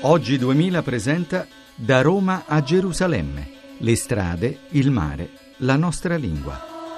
Oggi 2000 presenta Da Roma a Gerusalemme. Le strade, il mare, la nostra lingua.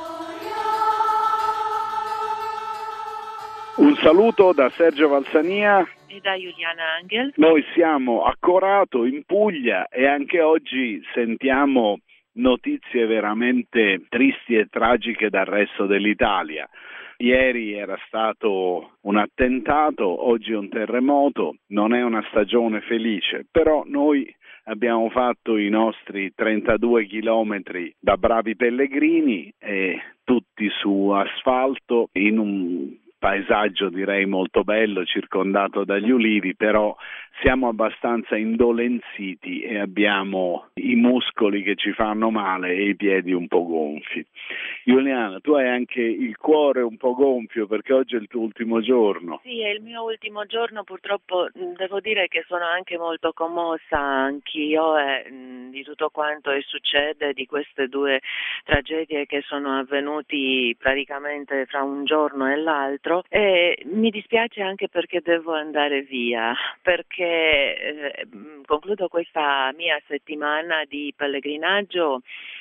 Un saluto da Sergio Valsania e da Juliana Angel. Noi siamo a Corato, in Puglia, e anche oggi sentiamo notizie veramente tristi e tragiche dal resto dell'Italia. Ieri era stato un attentato, oggi un terremoto, non è una stagione felice, però noi abbiamo fatto i nostri 32 chilometri da bravi pellegrini e tutti su asfalto in un paesaggio direi molto bello, circondato dagli ulivi, però siamo abbastanza indolenziti e abbiamo i muscoli che ci fanno male e i piedi un po' gonfi. Giuliana, tu hai anche il cuore un po' gonfio perché oggi è il tuo ultimo giorno. Sì, è il mio ultimo giorno, purtroppo devo dire che sono anche molto commossa anch'io di tutto quanto succede, di queste due tragedie che sono avvenuti praticamente fra un giorno e l'altro, e mi dispiace anche perché devo andare via, perché concludo questa mia settimana di pellegrinaggio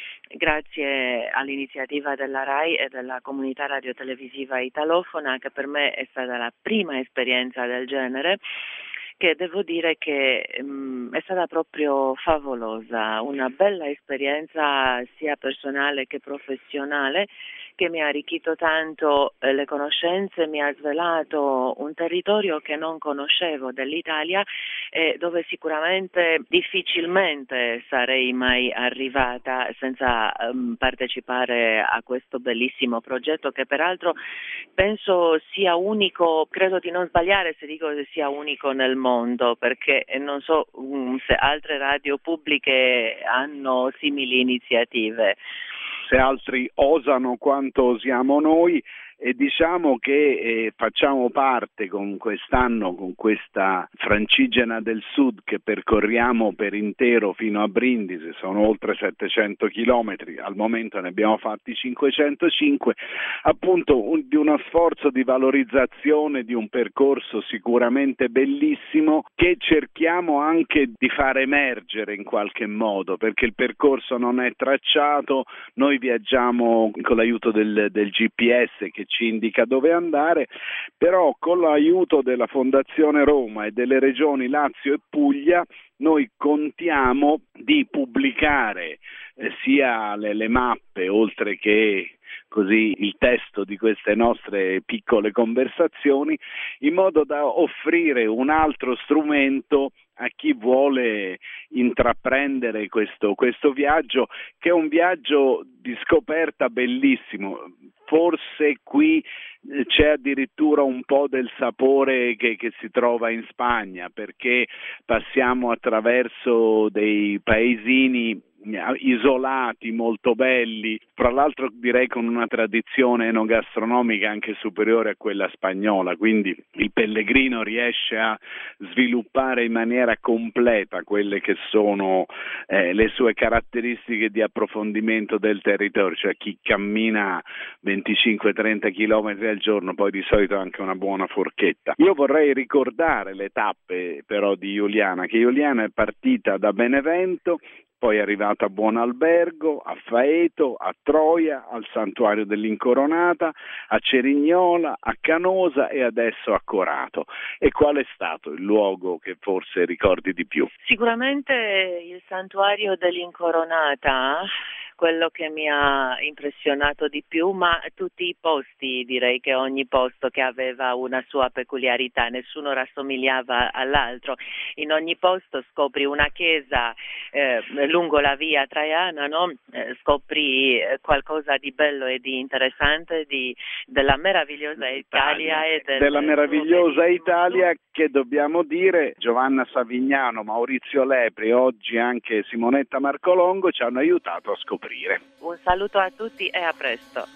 grazie all'iniziativa della RAI e della comunità radiotelevisiva italofona, che per me è stata la prima esperienza del genere, che devo dire che è stata proprio favolosa, una bella esperienza sia personale che professionale, che mi ha arricchito tanto le conoscenze, mi ha svelato un territorio che non conoscevo dell'Italia e dove sicuramente difficilmente sarei mai arrivata senza partecipare a questo bellissimo progetto, che peraltro penso sia unico, credo di non sbagliare se dico che sia unico nel mondo, perché non so se altre radio pubbliche hanno simili iniziative. Se altri osano quanto osiamo noi, e diciamo che facciamo parte con quest'anno, con questa Francigena del Sud che percorriamo per intero fino a Brindisi, sono oltre 700 chilometri, al momento ne abbiamo fatti 505, appunto di uno sforzo di valorizzazione di un percorso sicuramente bellissimo che cerchiamo anche di far emergere in qualche modo, perché il percorso non è tracciato, noi viaggiamo con l'aiuto del GPS che ci indica dove andare, però con l'aiuto della Fondazione Roma e delle regioni Lazio e Puglia noi contiamo di pubblicare sia le mappe oltre che così il testo di queste nostre piccole conversazioni, in modo da offrire un altro strumento a chi vuole intraprendere questo viaggio, che è un viaggio di scoperta bellissimo. Forse qui c'è addirittura un po' del sapore che si trova in Spagna, perché passiamo attraverso dei paesini isolati, molto belli, fra l'altro direi con una tradizione enogastronomica anche superiore a quella spagnola, quindi il pellegrino riesce a sviluppare in maniera completa quelle che sono le sue caratteristiche di approfondimento del territorio, cioè chi cammina 25-30 chilometri al giorno poi di solito ha anche una buona forchetta. Io vorrei ricordare le tappe però di Giuliana, che Giuliana è partita da Benevento, poi è arrivata a Buonalbergo, a Faeto, a Troia, al Santuario dell'Incoronata, a Cerignola, a Canosa e adesso a Corato. E qual è stato il luogo che forse ricordi di più? Sicuramente il Santuario dell'Incoronata, quello che mi ha impressionato di più, ma tutti i posti, direi che ogni posto che aveva una sua peculiarità, nessuno rassomigliava all'altro. In ogni posto scopri una chiesa lungo la via Traiana, no? Scopri qualcosa di bello e di interessante della meravigliosa Italia e della meravigliosa Italia, che dobbiamo dire Giovanna Savignano, Maurizio Lepri, oggi anche Simonetta Marcolongo ci hanno aiutato a scoprire. Un saluto a tutti e a presto.